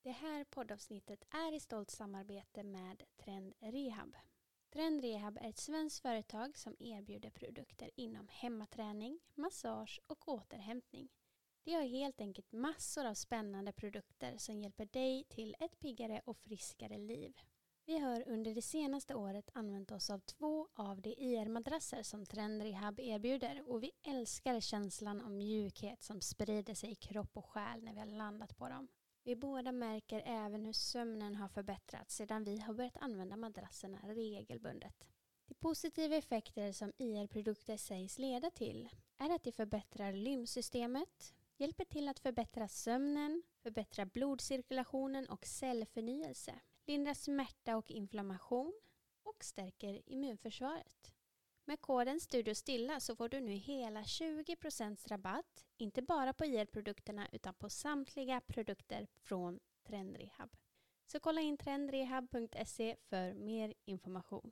Det här poddavsnittet är i stolt samarbete med Trend Rehab. Trend Rehab är ett svenskt företag som erbjuder produkter inom hemmaträning, massage och återhämtning. De har helt enkelt massor av spännande produkter som hjälper dig till ett piggare och friskare liv. Vi har under det senaste året använt oss av 2 av de IR-madrasser som Trend Rehab erbjuder och vi älskar känslan av mjukhet som sprider sig i kropp och själ när vi har landat på dem. Vi båda märker även hur sömnen har förbättrats sedan vi har börjat använda madrasserna regelbundet. De positiva effekter som IR-produkter sägs leda till är att de förbättrar lymfsystemet, hjälper till att förbättra sömnen, förbättra blodcirkulationen och cellförnyelse, lindrar smärta och inflammation och stärker immunförsvaret. Med koden STUDIOSTILLA så får du nu hela 20% rabatt, inte bara på IR-produkterna utan på samtliga produkter från Trend Rehab. Så kolla in trendrehab.se för mer information.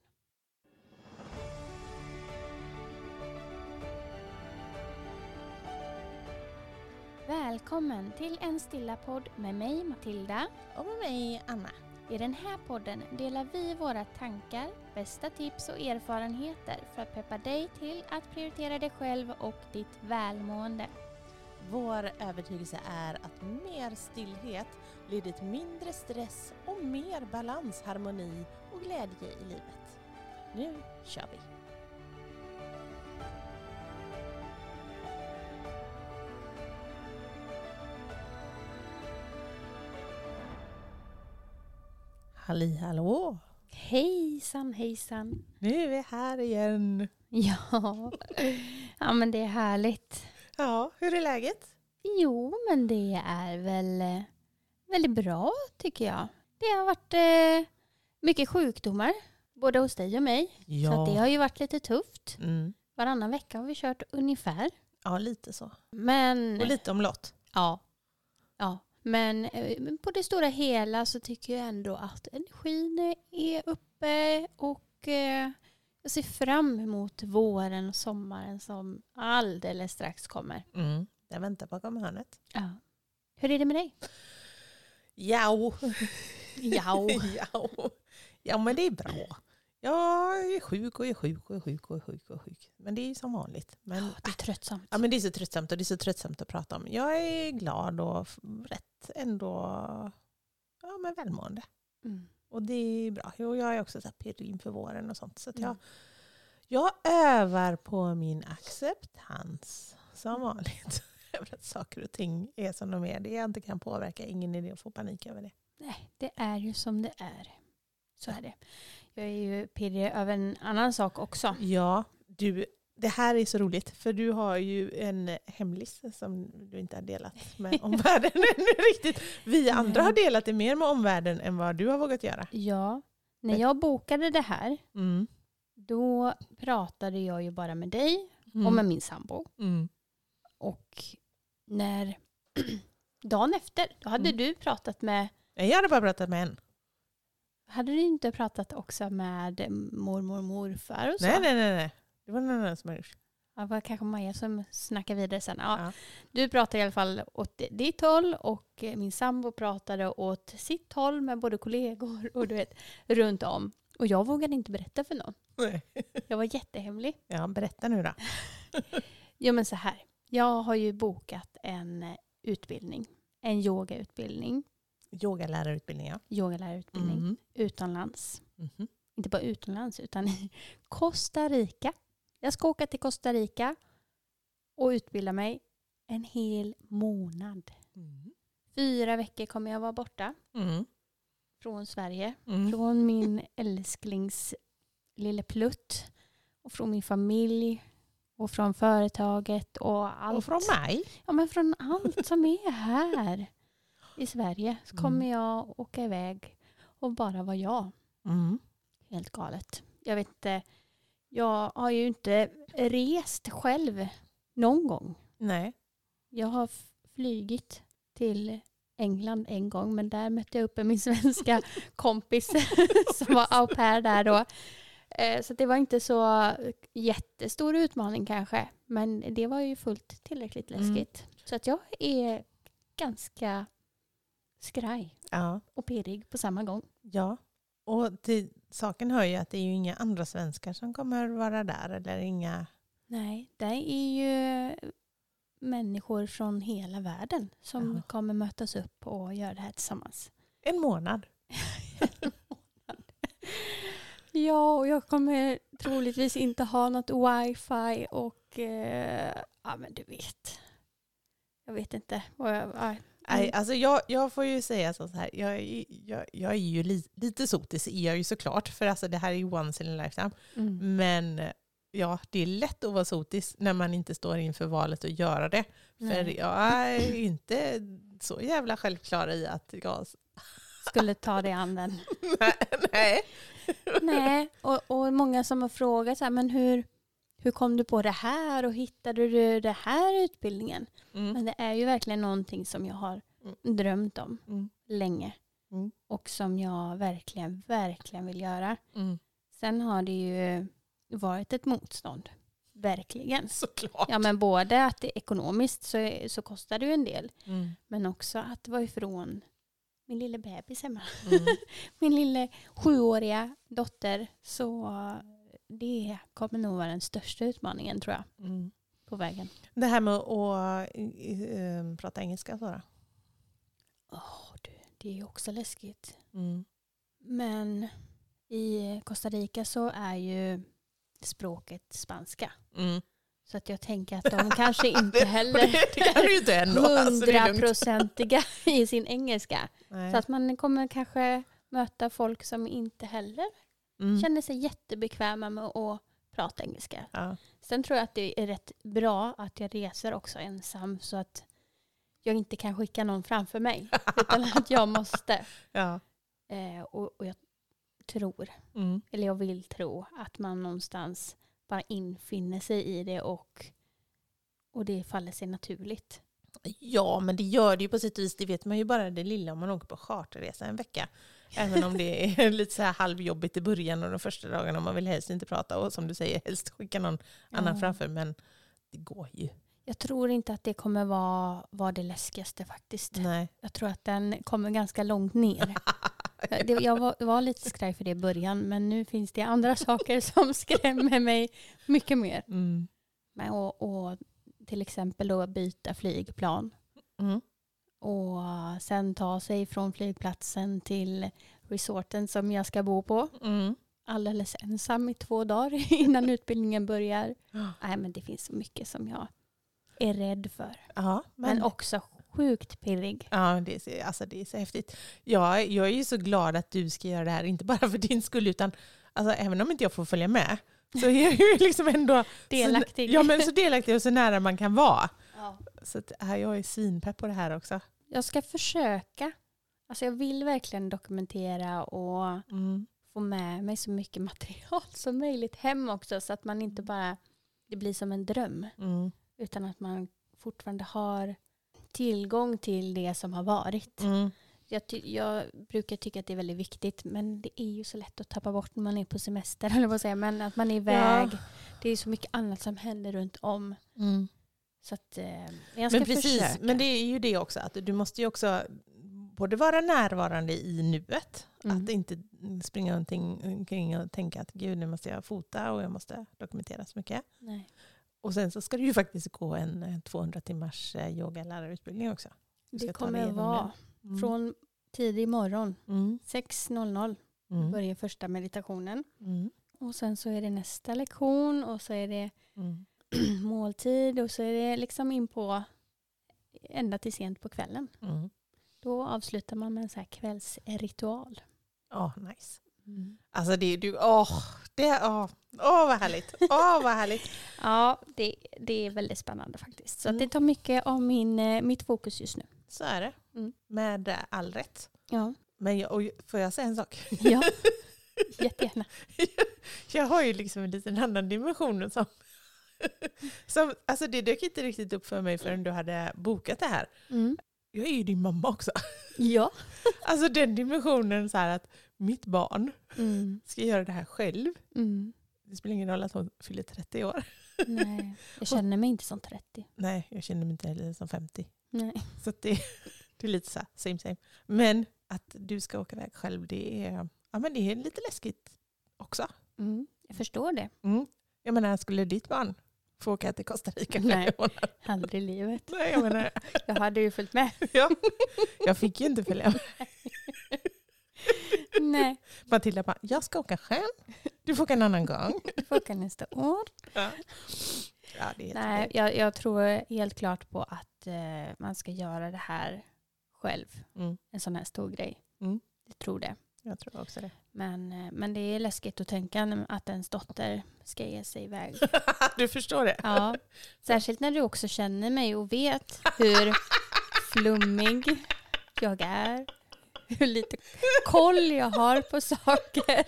Välkommen till en stilla podd med mig Matilda Och med mig Anna. I den här podden delar vi våra tankar, bästa tips och erfarenheter för att peppa dig till att prioritera dig själv och ditt välmående. Vår övertygelse är att mer stillhet leder till mindre stress och mer balans, harmoni och glädje i livet. Nu kör vi! Hallå! Hejsan, hejsan. Nu är vi här igen. Ja men det är härligt. Ja, hur är läget? Jo, men det är väl väldigt bra tycker jag. Det har varit mycket sjukdomar, både hos dig och mig. Ja. Så att det har ju varit lite tufft. Varannan vecka har vi kört ungefär. Ja, lite så. Men, och lite omlott. Ja. Men på det stora hela så tycker jag ändå att energin är uppe och jag ser fram emot våren och sommaren som alldeles strax kommer. Jag väntar bakom hörnet. Ja. Hur är det med dig? Ja, men det är bra. Jag är sjuk. Men det är ju som vanligt. Men, det är tröttsamt. Ja, men det är så tröttsamt och det är så tröttsamt att prata om. Jag är glad och rätt ändå men välmående. Och det är bra. Och jag är också så här pirrig inför våren och sånt. Så att jag övar på min acceptans som vanligt. Över att saker och ting är som de är. Det jag inte kan påverka. Ingen idé att få panik över det. Nej, det är ju som det är. Så är det. Jag är ju pirrig över en annan sak också. Ja, det här är så roligt. För du har ju en hemlis som du inte har delat med omvärlden ännu riktigt. Vi andra har delat det mer med omvärlden än vad du har vågat göra. Ja, när jag bokade det här då pratade jag ju bara med dig och med min sambo. Och när dagen efter, då hade du pratat med... Nej, jag hade bara pratat med en. Hade du inte pratat också med mormor och morfar och så? Nej. Det var någon annan som hade gjort. Ja, det var kanske Maja som snackade vidare sen. Ja. Du pratade i alla fall åt ditt håll och min sambo pratade åt sitt håll med både kollegor och du vet, runt om. Och jag vågade inte berätta för någon. Nej. Jag var jättehemlig. Ja, berätta nu då. Jo, men så här. Jag har ju bokat en utbildning. En yogautbildning. Yogalärarutbildning, ja. Yogalärarutbildning utomlands. Inte bara utomlands utan i Costa Rica. Jag ska åka till Costa Rica och utbilda mig en hel månad. 4 veckor kommer jag vara borta från Sverige. Från min älsklings lilla plutt och från min familj och från företaget och allt. Och från mig? Ja, men från allt som är här i Sverige så kommer jag åka iväg och bara vara jag. Helt galet. Jag vet inte, jag har ju inte rest själv någon gång. Nej. Jag har flygit till England en gång, men där mötte jag upp min svenska kompis som var au pair där då. Så det var inte så jättestor utmaning kanske, men det var ju fullt tillräckligt läskigt. Så att jag är ganska skraj Ja. och pirrig på samma gång. Ja. Och till saken hör ju att det är ju inga andra svenskar som kommer vara där. Eller inga... Nej, det är ju människor från hela världen som kommer mötas upp och göra det här tillsammans. En månad. Ja, och jag kommer troligtvis inte ha något wifi och ja, men du vet. Jag vet inte. Nej, alltså jag får ju säga så här. Jag är ju lite sotis, är jag ju såklart. För alltså det här är ju once in a lifetime. Men ja, det är lätt att vara sotis när man inte står inför valet att göra det. Nej. För jag är inte så jävla självklar i att jag skulle ta det an den. Nej. Nej, och många som har frågat så här, men hur kom du på det här och hittade du det här utbildningen? Men det är ju verkligen någonting som jag har drömt om länge. Och som jag verkligen, verkligen vill göra. Sen har det ju varit ett motstånd. Verkligen. Såklart. Ja, men både att det ekonomiskt så kostar det ju en del. Men också att vara ifrån min lilla bebis hemma. Min lilla 7-åriga dotter. Så det kommer nog vara den största utmaningen, tror jag. På vägen. Det här med att prata engelska så då? Det är också läskigt. Men i Costa Rica så är ju språket spanska. Så att jag tänker att de kanske inte heller är 100-procentiga i sin engelska. Nej. Så att man kommer kanske möta folk som inte heller känner sig jättebekväma med att prata engelska. Ja. Sen tror jag att det är rätt bra att jag reser också ensam så att jag inte kan skicka någon framför mig. Utan att jag måste. Ja. Och jag tror, eller jag vill tro att man någonstans bara infinner sig i det och det faller sig naturligt. Ja, men det gör det ju på sitt vis. Det vet man ju bara det lilla om man åker på charterresa en vecka. Även om det är lite så här halvjobbigt i början och de första dagarna. Man vill helst inte prata och som du säger helst skicka någon annan framför. Men det går ju. Jag tror inte att det kommer vara det läskigaste faktiskt. Nej. Jag tror att den kommer ganska långt ner. Jag var lite skraj för det i början. Men nu finns det andra saker som skrämmer mig mycket mer. Men, och till exempel då byta flygplan. Och sen ta sig från flygplatsen till resorten som jag ska bo på. Alldeles ensam i 2 dagar innan utbildningen börjar. Nej, men det finns så mycket som jag är rädd för. Ja, men också sjukt pirrig. Ja, det är så häftigt. Jag är ju så glad att du ska göra det här. Inte bara för din skull utan alltså, även om inte jag får följa med så är jag ju liksom ändå delaktig. Så delaktig och så nära man kan vara. Ja. Så att, jag är svinpepp på det här också. Jag ska försöka. Alltså jag vill verkligen dokumentera och få med mig så mycket material som möjligt hem också. Så att man inte bara, det blir som en dröm. Utan att man fortfarande har tillgång till det som har varit. Jag brukar tycka att det är väldigt viktigt. Men det är ju så lätt att tappa bort när man är på semester. Eller vad säger, men att man är iväg. Ja. Det är så mycket annat som händer runt om. Så att jag ska försöka. Men det är ju det också. Att du måste ju också både vara närvarande i nuet. Att inte springa omkring och tänka att gud, nu måste jag fota och jag måste dokumentera så mycket. Nej. Och sen så ska du ju faktiskt gå en 200 timmars yogalärarutbildning också. Det kommer vara från tidig morgon. 6:00 börjar första meditationen. Och sen så är det nästa lektion och så är det måltid och så är det liksom in på ända till sent på kvällen. Då avslutar man med en så här kvällsritual. Nice. Alltså vad härligt. Vad härligt. Ja, det är väldigt spännande faktiskt. Så att det tar mycket av mitt fokus just nu. Så är det. Med all rätt. Ja. Men får jag säga en sak? Ja, jättegärna. Jag har ju liksom en liten annan dimension som alltså det dök inte riktigt upp för mig förrän du hade bokat det här. Jag är ju din mamma också. Ja. Alltså den dimensionen så här att mitt barn ska göra det här själv. Det spelar ingen roll att hon fyller 30 år. Nej, jag känner mig inte som 30. Nej, jag känner mig inte heller som 50. Nej. Så Det är lite så här, same. Men att du ska åka iväg själv, det är lite läskigt också. Jag förstår det. Jag menar, skulle ditt barn få åka till Costa Rica? Nej, aldrig i livet. Nej, jag menar. Jag hade ju följt med. Ja, jag fick ju inte följa med. Nej. Matilda bara, jag ska åka själv. Du får åka en annan gång. Du får åka nästa år. Ja. Ja, det är Nej, jag tror helt klart på att man ska göra det här själv. En sån här stor grej. Jag tror det. Jag tror också det. Men det är läskigt att tänka att ens dotter ska ge sig iväg. Du förstår det? Ja, särskilt när du också känner mig och vet hur flummig jag är. Hur lite koll jag har på saker.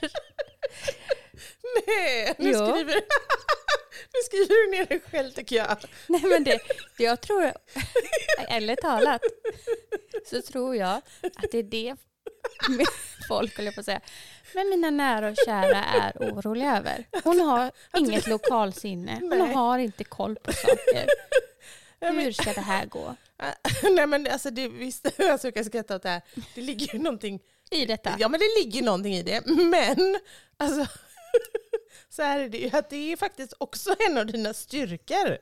Nej, nu skriver du ner dig själv, tycker jag. Nej, men jag tror, ärligt talat, så tror jag att det är det folk håller på att säga. Men mina nära och kära är oroliga över. Hon har inget lokalsinne. Hon har inte koll på saker. Hur ska det här gå? Nej, men alltså visst, jag kan skratta åt det här. Det ligger ju någonting i detta. Ja, men det ligger någonting i det. Men alltså, så här är det ju, att det är faktiskt också en av dina styrkor.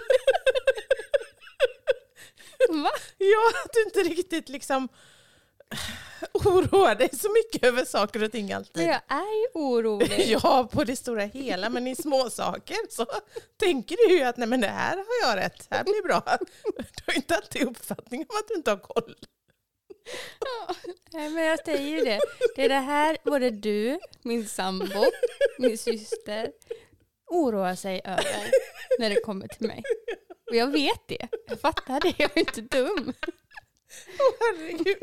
Va? Ja, att du inte riktigt liksom oroar dig så mycket över saker och ting alltid. Jag är ju orolig. Ja, på det stora hela, men i små saker så tänker du ju att nej, men det här har jag rätt, det här blir bra. Du har inte alltid uppfattning om att du inte har koll. Ja, nej, men jag säger ju det. Det är det här både du, min sambo, min syster oroar sig över när det kommer till mig. Och jag vet det. Jag fattar det. Jag är inte dum. Herregud.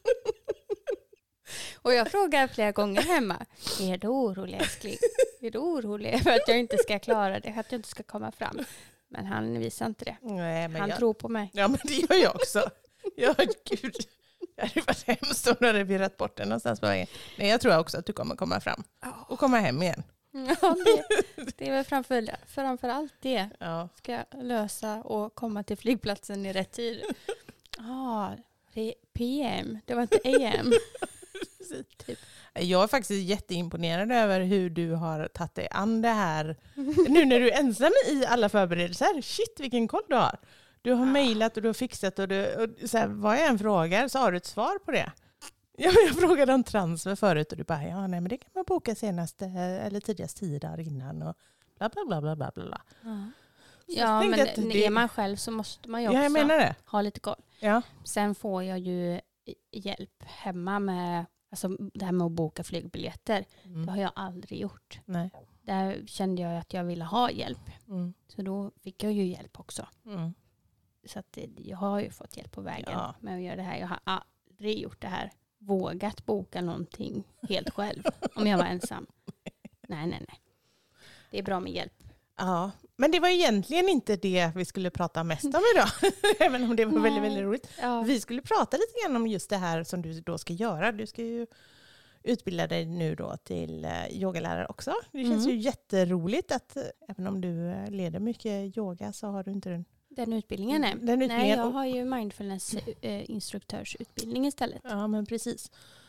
Och jag frågar flera gånger hemma. Är du orolig, älskling? Är du orolig för att jag inte ska klara det? Att jag inte ska komma fram? Men han visar inte det. Nej, men han tror på mig. Ja, men det gör jag också. Ja, gud. Det hade varit hemskt om du hade virrat bort den någonstans på vägen. Nej, jag tror också att du kommer komma fram. Och komma hem igen. Ja, det är väl framför allt det. Ja. Ska jag lösa och komma till flygplatsen i rätt tid. Det är PM. Det var inte AM. Typ. Jag är faktiskt jätteimponerad över hur du har tagit dig an det här. Nu när du är ensam i alla förberedelser. Shit, vilken koll du har. Du har mejlat och du har fixat och så här, vad jag än frågar så har du ett svar på det. Jag frågade om transfer förut och du bara, ja nej men det kan man boka senast eller tidigast 10 dagar innan och bla bla bla bla bla bla. Ja, men är man själv så måste man ju också ha lite koll. Ja. Sen får jag ju hjälp hemma med alltså det här med att boka flygbiljetter. Det har jag aldrig gjort. Nej. Där kände jag att jag ville ha hjälp. Så då fick jag ju hjälp också. Så att jag har ju fått hjälp på vägen med att göra det här. Jag har aldrig gjort det här. Vågat boka någonting helt själv om jag var ensam. Nej. Det är bra med hjälp. Ja, men det var egentligen inte det vi skulle prata mest om idag. Även om det var väldigt, väldigt roligt. Ja. Vi skulle prata lite grann om just det här som du då ska göra. Du ska ju utbilda dig nu då till yogalärare också. Det känns ju jätteroligt att även om du leder mycket yoga så har du inte den utbildningen. Nej, jag har ju mindfulness-instruktörsutbildning istället. Ja, men precis.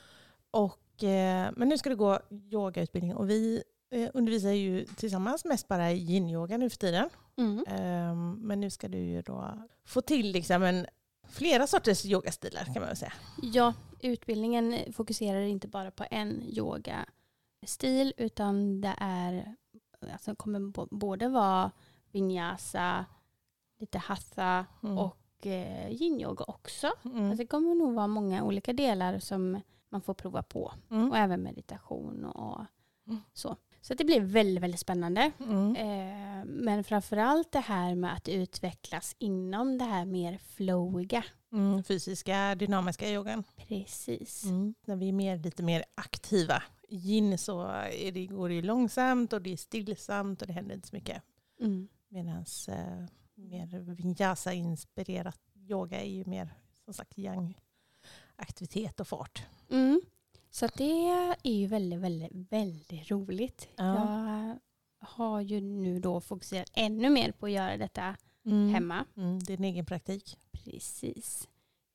Men nu ska du gå yogautbildning och vi undervisar ju tillsammans mest bara i yin-yoga nu för tiden. Men nu ska du ju då få till liksom flera sorters yogastilar kan man väl säga. Ja, utbildningen fokuserar inte bara på en yogastil utan det kommer både vara vinyasa, lite hatha och yin-yoga också. Alltså det kommer nog vara många olika delar som man får prova på. Och även meditation och så. Så det blir väldigt, väldigt spännande. Men framförallt det här med att utvecklas inom det här mer flowiga. Fysiska, dynamiska yogan. Precis. När vi är lite mer aktiva. Yin så går det ju långsamt och det är stillsamt och det händer inte så mycket. Medan mer vinyasa-inspirerat yoga är ju mer som sagt yang-aktivitet och fart. Så det är ju väldigt, väldigt, väldigt roligt. Ja. Jag har ju nu då fokuserat ännu mer på att göra detta hemma. Din egen praktik. Precis.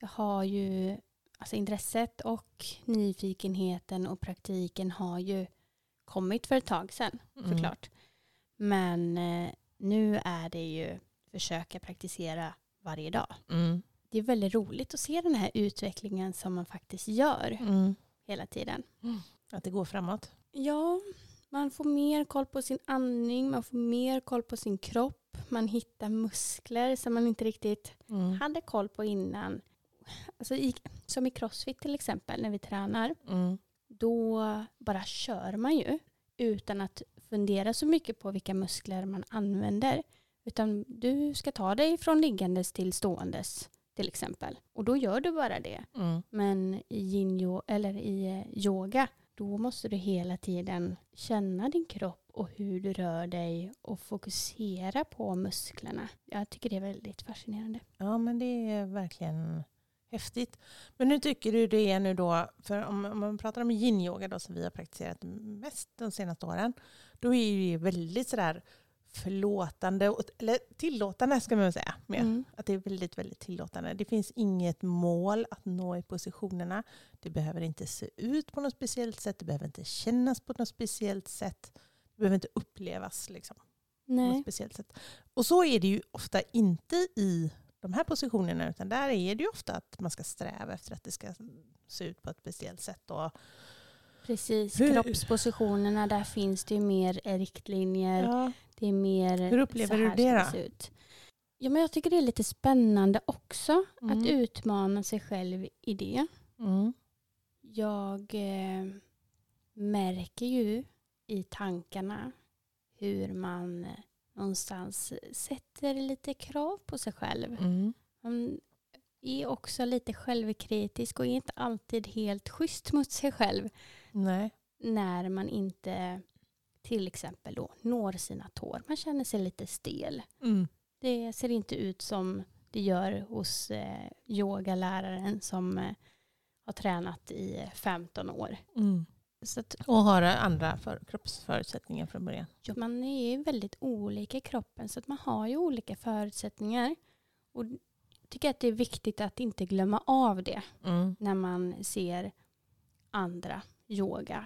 jag har ju, alltså intresset och nyfikenheten och praktiken har ju kommit för ett tag sedan, såklart. Men nu är det ju försöka praktisera varje dag. Det är väldigt roligt att se den här utvecklingen som man faktiskt gör hela tiden. Att det går framåt. Ja, man får mer koll på sin andning, man får mer koll på sin kropp. Man hittar muskler som man inte riktigt hade koll på innan. Alltså som i CrossFit till exempel, när vi tränar. Då bara kör man ju utan att fundera så mycket på vilka muskler man använder. Utan du ska ta dig från liggandes till ståendes till exempel. Och då gör du bara det. Men i i yoga, då måste du hela tiden känna din kropp och hur du rör dig och fokusera på musklerna. Jag tycker det är väldigt fascinerande. Ja, men det är verkligen häftigt. Men nu tycker du det är nu då, för om man pratar om yin-yoga då, som vi har praktiserat mest de senaste åren, då är det väldigt sådär förlåtande, eller tillåtande ska man säga. Att det är väldigt, väldigt tillåtande. Det finns inget mål att nå i positionerna. Det behöver inte se ut på något speciellt sätt. Det behöver inte kännas på något speciellt sätt. Det behöver inte upplevas liksom, på något speciellt sätt. Och så är det ju ofta inte i de här positionerna, utan där är det ju ofta att man ska sträva efter att det ska se ut på ett speciellt sätt. Och precis, kroppspositionerna, där finns det ju mer riktlinjer. Ja. Det är mer, hur upplever du det då? Se ut. Ja, men jag tycker det är lite spännande också att utmana sig själv i det. Jag märker ju i tankarna hur man någonstans sätter lite krav på sig själv. Man är också lite självkritisk och är inte alltid helt schysst mot sig själv. Nej. När man inte till exempel då når sina tår. Man känner sig lite stel. Det ser inte ut som det gör hos yogaläraren som har tränat i 15 år. Så att, och har andra kroppsförutsättningar från början. Ja, man är ju väldigt olika i kroppen, så att man har ju olika förutsättningar. Och jag tycker att det är viktigt att inte glömma av det när man ser andra yoga.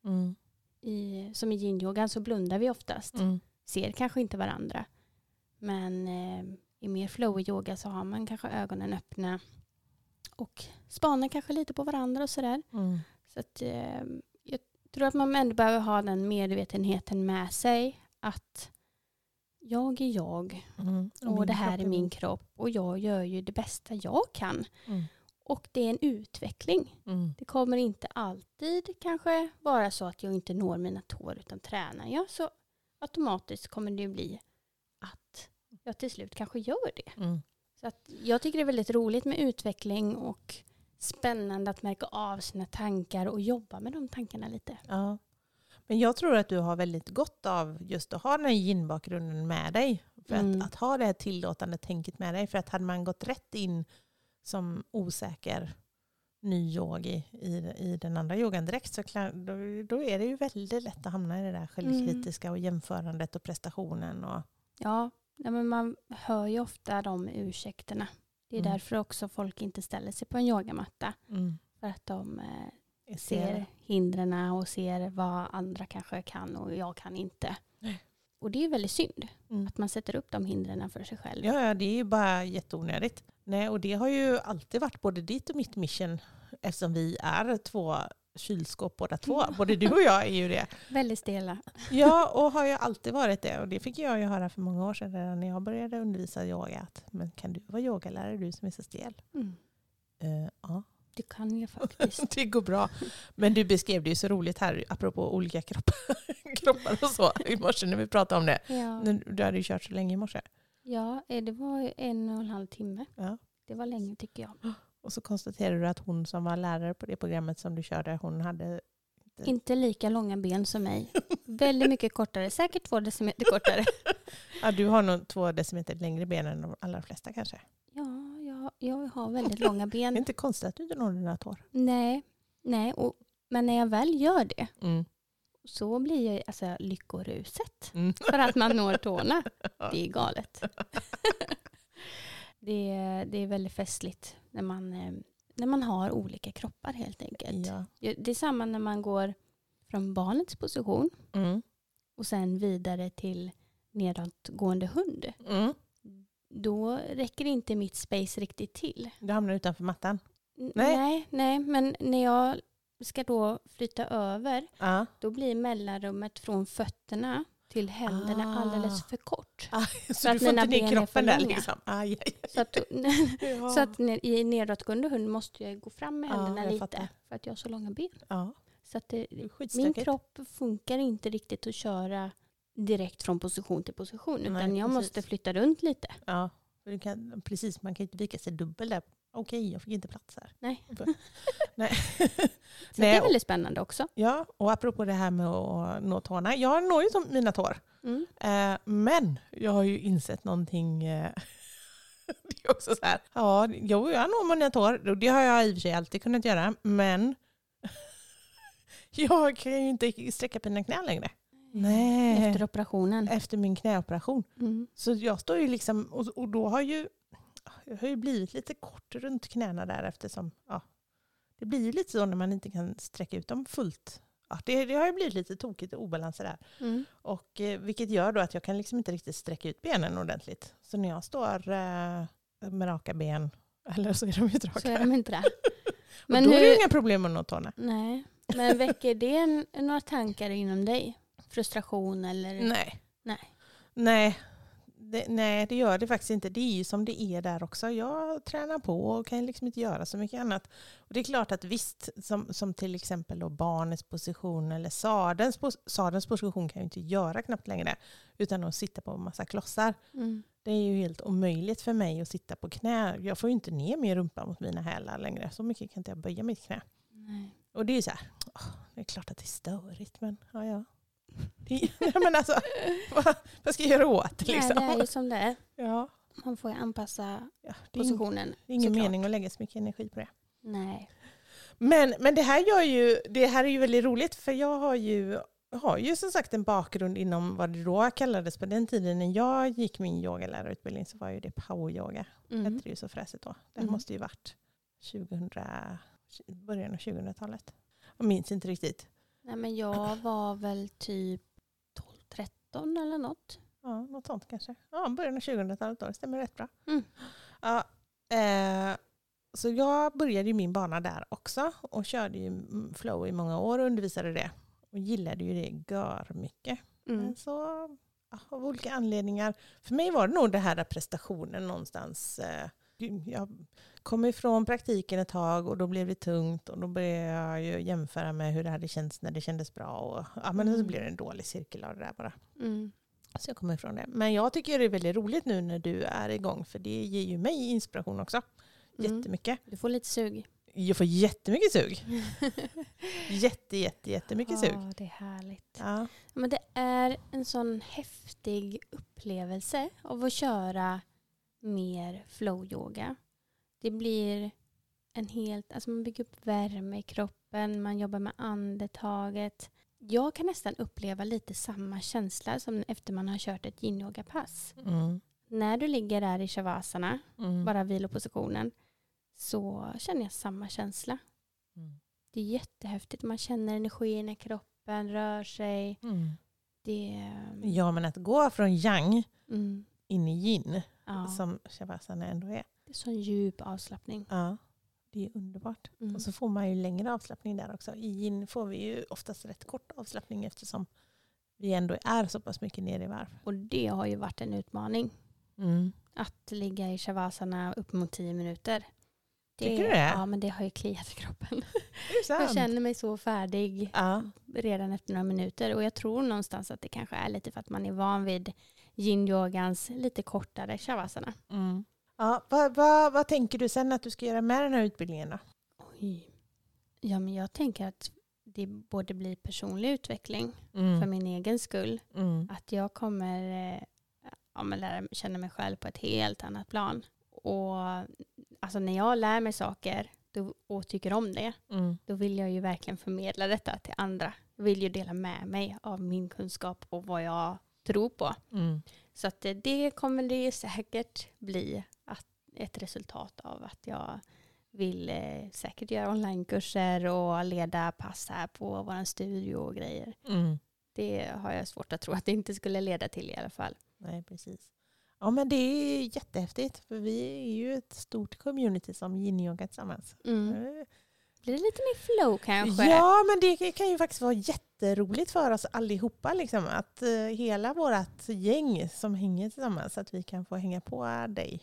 Som i yin-yogan så blundar vi oftast. Ser kanske inte varandra. Men i mer flow-yoga så har man kanske ögonen öppna. Och spanar kanske lite på varandra och sådär. Så att jag tror att man ändå behöver ha den medvetenheten med sig. Att jag är jag. Och det här är min kropp. Och jag gör ju det bästa jag kan. Och det är en utveckling. Det kommer inte alltid kanske vara så att jag inte når mina tår, utan tränar jag så automatiskt kommer det bli att jag till slut kanske gör det. Så att jag tycker det är väldigt roligt med utveckling och spännande att märka av sina tankar och jobba med de tankarna lite. Ja. Men jag tror att du har väldigt gott av just att ha den här yin-bakgrunden med dig. För att ha det här tillåtande tänket med dig. För att hade man gått rätt in som osäker ny yogi i den andra yogan direkt, så då är det ju väldigt lätt att hamna i det där självkritiska och jämförandet och prestationen. Och ja, men man hör ju ofta de ursäkterna. Det är därför också folk inte ställer sig på en yogamatta. För att de ser hindren och ser vad andra kanske kan och jag kan inte. Och det är väldigt synd att man sätter upp de hindren för sig själv. Ja, det är ju bara jätteonödigt. Nej, och det har ju alltid varit både ditt och mitt mission, eftersom vi är 2 kylskåp båda 2. Både du och jag är ju det. Väldigt stela. Ja, och har ju alltid varit det. Och det fick jag ju höra för många år sedan när jag började undervisa yoga. Men kan du vara yogalärare, du som är så stel? Ja. Det kan jag faktiskt. Det går bra. Men du beskrev det ju så roligt här, apropå olika kroppar och så, i morse när vi pratade om det. Ja. Du hade ju kört så länge i morse. Ja, det var 1,5 timme. Ja. Det var länge tycker jag. Och så konstaterade du att hon som var lärare på det programmet som du körde, hon hade inte lika långa ben som mig. Väldigt mycket kortare. Säkert 2 decimeter kortare. Ja, du har nog 2 decimeter längre ben än de allra flesta kanske. Ja, jag har väldigt långa ben. Det är inte konstigt att du inte når dina tår. Nej. Men när jag väl gör det så blir jag alltså lyckoruset. För att man når tårna. Det är galet. Det är väldigt festligt när man har olika kroppar helt enkelt. Ja. Det är samma när man går från barnets position och sen vidare till nedåtgående hund. Då räcker inte mitt space riktigt till. Du hamnar utanför mattan. Nej, men när jag ska då flytta över, då blir mellanrummet från fötterna till händerna alldeles för kort. Så du får inte ner kroppen där liksom. Så att i nedåtgående hund måste jag gå fram med händerna lite fattar. för att jag har så långa ben. Ja. Så att min kropp funkar inte riktigt att köra direkt från position till position. Utan jag måste flytta runt lite. Ja, precis. Man kan inte vika sig dubbel där. Okej, jag fick inte plats här. Nej. Nej. Så det är väldigt spännande också. Ja, och apropå det här med att nå tårna. Jag når ju som mina tår. Men jag har ju insett någonting. Det är också så här. Ja, jag når mina tår. Det har jag i och för sig alltid kunnat göra. Men jag kan ju inte sträcka på mina knän längre. Nej. Efter operationen. Efter min knäoperation. Så jag står ju liksom, och då har jag har ju blivit lite kort runt knäna där eftersom, det blir ju lite så när man inte kan sträcka ut dem fullt. Ja, det har ju blivit lite tokigt och obalanser där. Och vilket gör då att jag kan liksom inte riktigt sträcka ut benen ordentligt. Så när jag står med raka ben, eller så är de ju raka. Så är de inte där. Men då är det inga problem med något tårna. Nej, men väcker det några tankar inom dig? Frustration eller? Nej, det gör det faktiskt inte. Det är ju som det är där också. Jag tränar på och kan liksom inte göra så mycket annat. Och det är klart att visst, som till exempel då barnets position eller sadens position kan jag inte göra knappt längre utan att sitta på en massa klossar. Det är ju helt omöjligt för mig att sitta på knä. Jag får ju inte ner min rumpa mot mina hälar längre. Så mycket kan inte jag böja mitt knä. Nej. Och det är ju så här, det är klart att det är störigt, men ja. Men alltså, vad ska jag göra åt det liksom? Nej, det är ju som det är. Ja. Man får ju anpassa positionen. Det är ingen mening att lägga så mycket energi på det. Nej. Men det här är ju väldigt roligt, för jag har ju som sagt en bakgrund inom vad det då kallades på den tiden när jag gick min yogalärarutbildning, så var ju det poweryoga. Det hette det ju så fräsigt då. Det måste ju varit början av 2000-talet. Jag minns inte riktigt. Nej, men jag var väl typ 12-13 eller något. Ja, något sånt kanske. Ja, början av 2000-talet då. Det stämmer rätt bra. Ja, så jag började ju min bana där också. Och körde ju flow i många år och undervisade det. Och gillade ju det gör mycket. Men så av olika anledningar. För mig var det nog det här prestationen någonstans. Jag kom ifrån praktiken ett tag och då blev det tungt. Och då började jag ju jämföra med hur det hade känts när det kändes bra. Och men så blev det en dålig cirkel av det där bara. Så jag kommer ifrån det. Men jag tycker det är väldigt roligt nu när du är igång. För det ger ju mig inspiration också. Jättemycket. Du får lite sug. Jag får jättemycket sug. Jättemycket sug. Ja, det är härligt. Ja. Men det är en sån häftig upplevelse av att köra mer flow-yoga. Det blir man bygger upp värme i kroppen, man jobbar med andetaget. Jag kan nästan uppleva lite samma känsla som efter man har kört ett yin-yoga-pass. När du ligger där i shavasana, bara vilopositionen, så känner jag samma känsla. Det är jättehäftigt. Man känner energin i kroppen, rör sig. Ja, men att gå från yang in i yin, som shavasana ändå är. Det är så en djup avslappning. Ja, det är underbart. Och så får man ju längre avslappning där också. I yin får vi ju oftast rätt kort avslappning eftersom vi ändå är så pass mycket nere i varv. Och det har ju varit en utmaning. Att ligga i shavasana upp mot 10 minuter. Tycker du det? Ja, men det har ju kliat i kroppen. Jag känner mig så färdig redan efter några minuter. Och jag tror någonstans att det kanske är lite för att man är van vid yin-yogans lite kortare shavasana. Ja, vad tänker du sen att du ska göra med den här utbildningen då? Oj. Ja, men jag tänker att det borde bli personlig utveckling för min egen skull. Att jag kommer lära känna mig själv på ett helt annat plan. Och alltså när jag lär mig saker och tycker om det, då vill jag ju verkligen förmedla detta till andra. Jag vill ju dela med mig av min kunskap och vad jag tror på. Så att det kommer det säkert bli ett resultat av att jag vill säkert göra onlinekurser och leda pass här på vår studio och grejer. Det har jag svårt att tro att det inte skulle leda till i alla fall. Nej, precis. Ja, men det är jättehäftigt. För vi är ju ett stort community som yin-yoga tillsammans. Blir det lite mer flow kanske? Ja, men det kan ju faktiskt vara jätteroligt för oss allihopa. Liksom, att hela vårt gäng som hänger tillsammans, att vi kan få hänga på dig.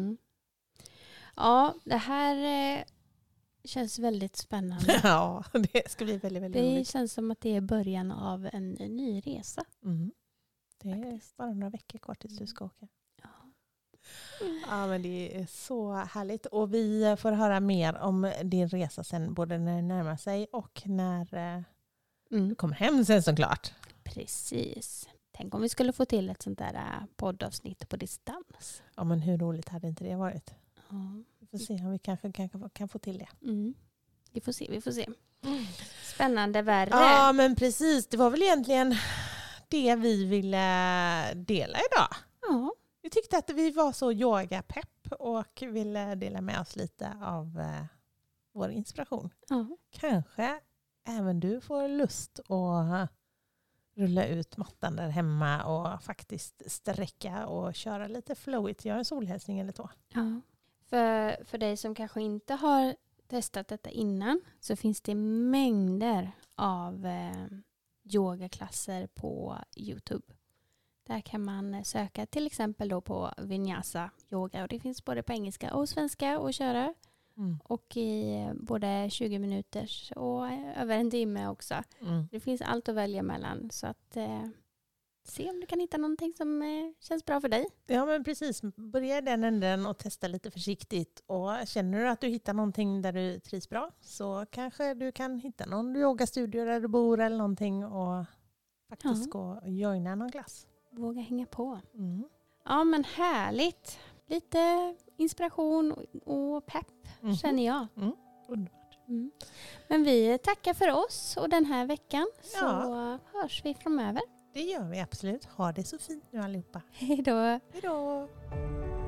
Ja, det här känns väldigt spännande. Ja, det ska bli väldigt, väldigt roligt. Det känns som att det är början av en ny resa. Det är faktiskt bara några veckor kvar tills du ska åka. Ja, men det är så härligt. Och vi får höra mer om din resa sen, både när det närmar sig och när du kommer hem sen såklart. Precis. Tänk om vi skulle få till ett sånt där poddavsnitt på distans. Ja, men hur roligt hade inte det varit? Vi får se om vi kanske kan få till det. Vi får se. Spännande värre. Ja, men precis. Det var väl egentligen det vi ville dela idag. Ja. Vi tyckte att vi var så yogapepp och ville dela med oss lite av vår inspiration. Kanske även du får lust att rulla ut mattan där hemma och faktiskt sträcka och köra lite flowigt. Göra en solhälsning eller två. Ja. För dig som kanske inte har testat detta innan så finns det mängder av yogaklasser på YouTube. Där kan man söka till exempel då på Vinyasa yoga. Och det finns både på engelska och svenska att köra. Och i både 20 minuters och över en timme också. Det finns allt att välja mellan. Så att se om du kan hitta någonting som känns bra för dig. Ja, men precis. Börja i den änden och testa lite försiktigt. Och känner du att du hittar någonting där du trivs bra så kanske du kan hitta någon yogastudio där du bor eller någonting och faktiskt gå och joina någon klass. Våga hänga på. Ja, men härligt. Lite inspiration och pepp känner jag. Underbart. Men vi tackar för oss och den här veckan så hörs vi framöver. Det gör vi absolut. Ha det så fint nu allihopa. Hej då. Hej då.